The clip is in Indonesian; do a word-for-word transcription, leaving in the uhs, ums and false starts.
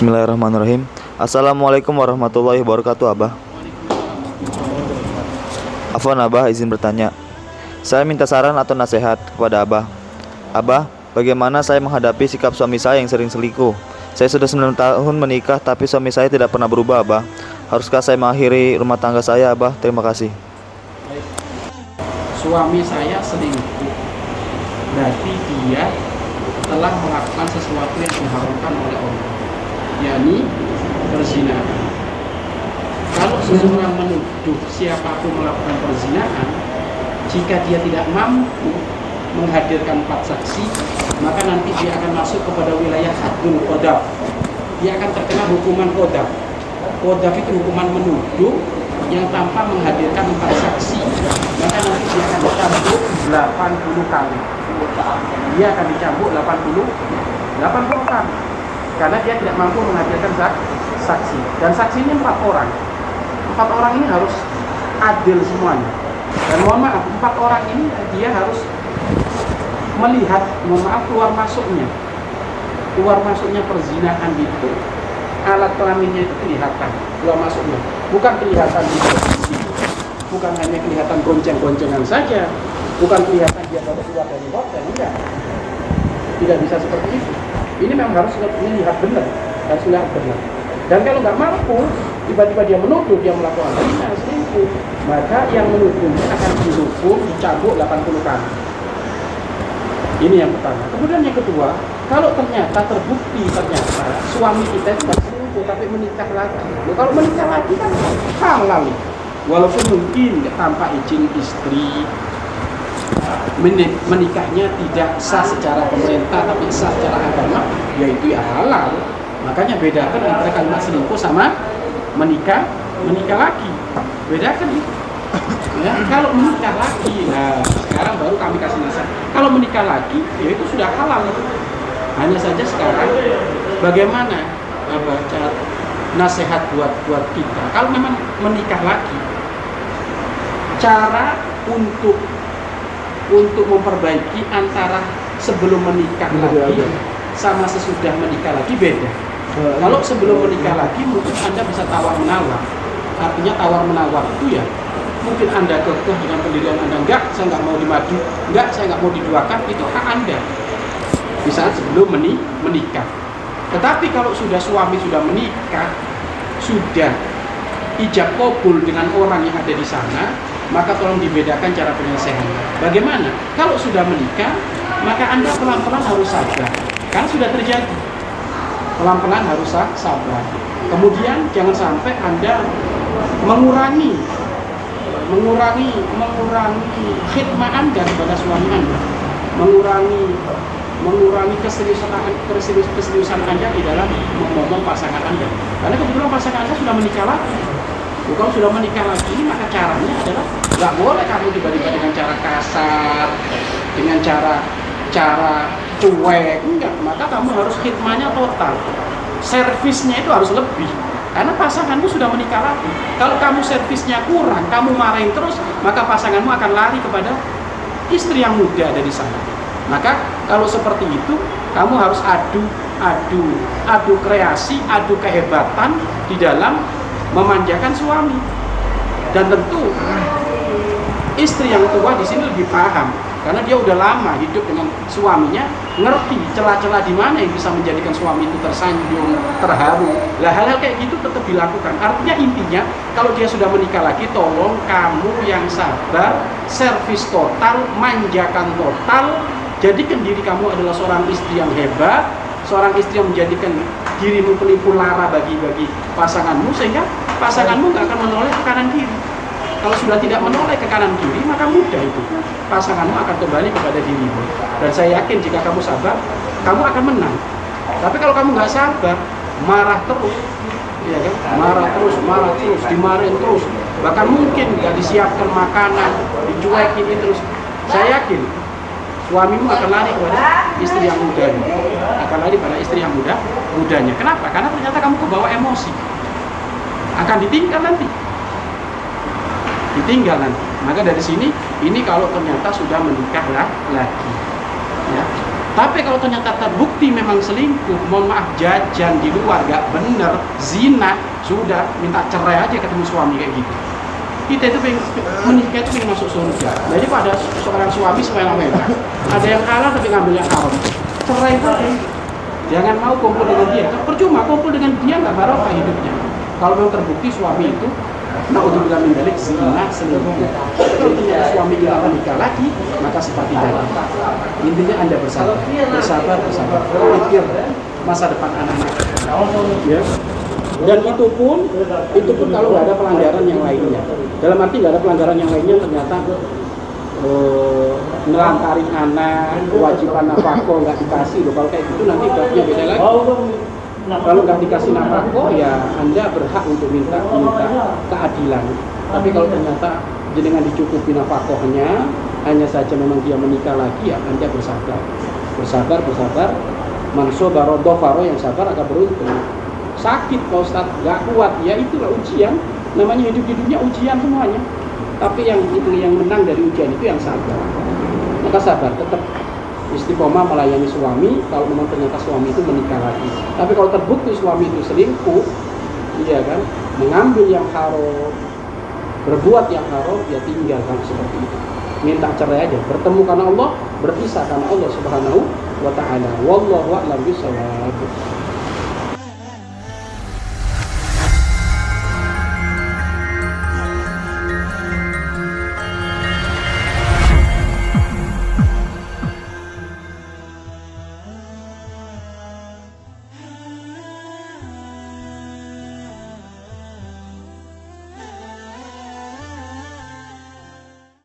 Bismillahirrahmanirrahim. Assalamualaikum warahmatullahi wabarakatuh, Abah. Afwan Abah, izin bertanya. Saya minta saran atau nasihat kepada Abah. Abah, bagaimana saya menghadapi sikap suami saya yang sering selingkuh? Saya sudah sembilan tahun menikah, tapi suami saya tidak pernah berubah, Abah. Haruskah saya mengakhiri rumah tangga saya, Abah? Terima kasih. Suami saya selingkuh, berarti dia telah melakukan sesuatu yang diharamkan oleh Allah, yakni perzinahan. Kalau seseorang menuduh siapapun melakukan perzinahan, jika dia tidak mampu menghadirkan empat saksi, maka nanti dia akan masuk kepada wilayah hadul qadhaf. Dia akan terkena hukuman qadhaf. Qadhaf itu hukuman menuduh yang tanpa menghadirkan empat saksi, maka nanti dia akan dicambuk delapan puluh kali. Dia akan dicambuk delapan puluh kali karena dia tidak mampu menghadirkan saksi. Dan saksinya empat orang. Empat orang ini harus adil semuanya. Dan mohon maaf, empat orang ini dia harus melihat, mohon maaf, keluar masuknya. Keluar masuknya perzinahan itu, alat kelaminnya itu kelihatan keluar masuknya. Bukan kelihatan di posisi, bukan hanya kelihatan gonceng-goncengan saja, bukan kelihatan dia baru keluar dari hotel, enggak. Tidak bisa seperti itu. Ini memang harus melihat benar, harus lihat benar. Dan kalau nggak mampu, tiba-tiba dia menuduh dia melakukan zina, selingkuh, maka yang menuduhnya akan dihukum, dicambuk delapan puluh kali. Ini yang pertama. Kemudian yang kedua, kalau ternyata terbukti ternyata suami kita tidak selingkuh tapi menikah lagi. Loh, kalau menikah lagi kan halal. Walaupun mungkin tanpa izin istri, menikahnya tidak sah secara pemerintah tapi sah secara agama, yaitu ya halal. Makanya bedakan antara kalimat selingkuh sama menikah menikah lagi. Bedakan itu. Ya, kalau menikah lagi, nah sekarang baru kami kasih nasihat. Kalau menikah lagi, ya itu sudah halal. Hanya saja sekarang bagaimana baca nasihat buat buat kita. Kalau memang menikah lagi, cara untuk untuk memperbaiki antara sebelum menikah lagi sama sesudah menikah lagi beda. Kalau sebelum menikah lagi mungkin Anda bisa tawar-menawar. Artinya tawar-menawar itu ya mungkin Anda kekeh dengan pendirian Anda, enggak, saya nggak mau dimadu, enggak, saya nggak mau diduakan, itu hak Anda. Di saat sebelum menikah. Tetapi kalau sudah suami sudah menikah, sudah ijab kabul dengan orang yang ada di sana, maka tolong dibedakan cara penyelesaiannya. Bagaimana? Kalau sudah menikah, maka Anda pelan-pelan harus sabar. Karena sudah terjadi. Pelan-pelan harus sabar. Kemudian jangan sampai Anda mengurangi mengurangi mengurangi khidmat Anda kepada suami Anda. Mengurangi mengurangi keseriusan keserius, keseriusan Anda di dalam memomong pasangan Anda. Karena kebetulan pasangan Anda sudah menikah lagi. Kalau sudah menikah lagi, maka caranya adalah nggak boleh kamu tiba-tiba dengan cara kasar, dengan cara cara cuek, enggak. Maka kamu harus khidmatnya total. Servisnya itu harus lebih. Karena pasanganmu sudah menikah lagi. Kalau kamu servisnya kurang, kamu marahin terus, maka pasanganmu akan lari kepada istri yang muda ada di sana. Maka kalau seperti itu, kamu harus adu, adu, adu kreasi, adu kehebatan di dalam memanjakan suami. Dan tentu istri yang tua di sini lebih paham karena dia udah lama hidup dengan suaminya, ngerti celah-celah di mana yang bisa menjadikan suami itu tersanjung, terharu. Lah hal-hal kayak gitu tetap dilakukan. Artinya intinya kalau dia sudah menikah lagi, tolong kamu yang sabar, servis total, manjakan total. Jadikan diri kamu adalah seorang istri yang hebat, seorang istri yang menjadikan dirimu penipu lara bagi bagi pasanganmu, sehingga pasanganmu nggak akan menoleh ke kanan kiri. Kalau sudah tidak menoleh ke kanan kiri, maka mudah itu pasanganmu akan kembali kepada dirimu. Dan saya yakin jika kamu sabar, kamu akan menang. Tapi kalau kamu nggak sabar, marah terus, ya kan? Marah terus, marah terus, dimarahin terus, bahkan mungkin nggak disiapkan makanan, dicuekin ini terus. Saya yakin suamimu akan lari kepada istri yang mudanya, akan lari pada istri yang muda mudanya. Kenapa? Karena ternyata kamu kebawa emosi, akan ditinggal nanti. ditinggal nanti. Maka dari sini, ini kalau ternyata sudah menikah lagi, ya. Tapi kalau ternyata terbukti memang selingkuh, mohon maaf, jajan di luar gak bener, zina, sudah minta cerai aja ketemu suami kayak gitu. Kita itu pengen, menikah itu pengen masuk surga. Jadi pada seorang suami semena-mena, ada yang halal tapi ngambil yang haram, cerai saja. Jangan mau kumpul dengan dia, percuma kumpul dengan dia nggak barokah hidupnya. Kalau memang terbukti suami itu naudzubillah min dzalik zina, selingkuh. Kalau ternyata suami kita menikah lagi, maka seperti tadi. Intinya Anda bersabar, bersabar, bersabar. Pikir masa depan anak-anak. Ya. Dan itu pun, itu pun kalau nggak ada pelanggaran yang lainnya. Dalam arti nggak ada pelanggaran yang lainnya ternyata uh, nelantarin anak, kewajiban nafkah nggak dikasih loh. Kalau kayak gitu nanti babnya beda lagi. Kalau nggak dikasih nafkah ya Anda berhak untuk minta minta keadilan. Tapi kalau ternyata jenengan dicukupi nafkahnya, hanya saja memang dia menikah lagi, ya Anda bersabar, bersabar, bersabar. Manso barodoh faro, yang sabar akan beruntung. Sakit Pak Ustadz, nggak kuat, ya itulah ujian. Namanya hidup di dunia ujian semuanya. Tapi yang itu yang menang dari ujian itu yang sabar. Maka sabar, tetap istiqomah melayani suami. Kalau memang ternyata suami itu menikah lagi. Tapi kalau terbukti suami itu selingkuh, iya kan, mengambil yang haram, berbuat yang haram, ya tinggalkan seperti itu. Minta cerai aja, bertemu karena Allah, berpisah karena Allah Subhanahu wa ta'ala. Wallahu a'lam bishawab.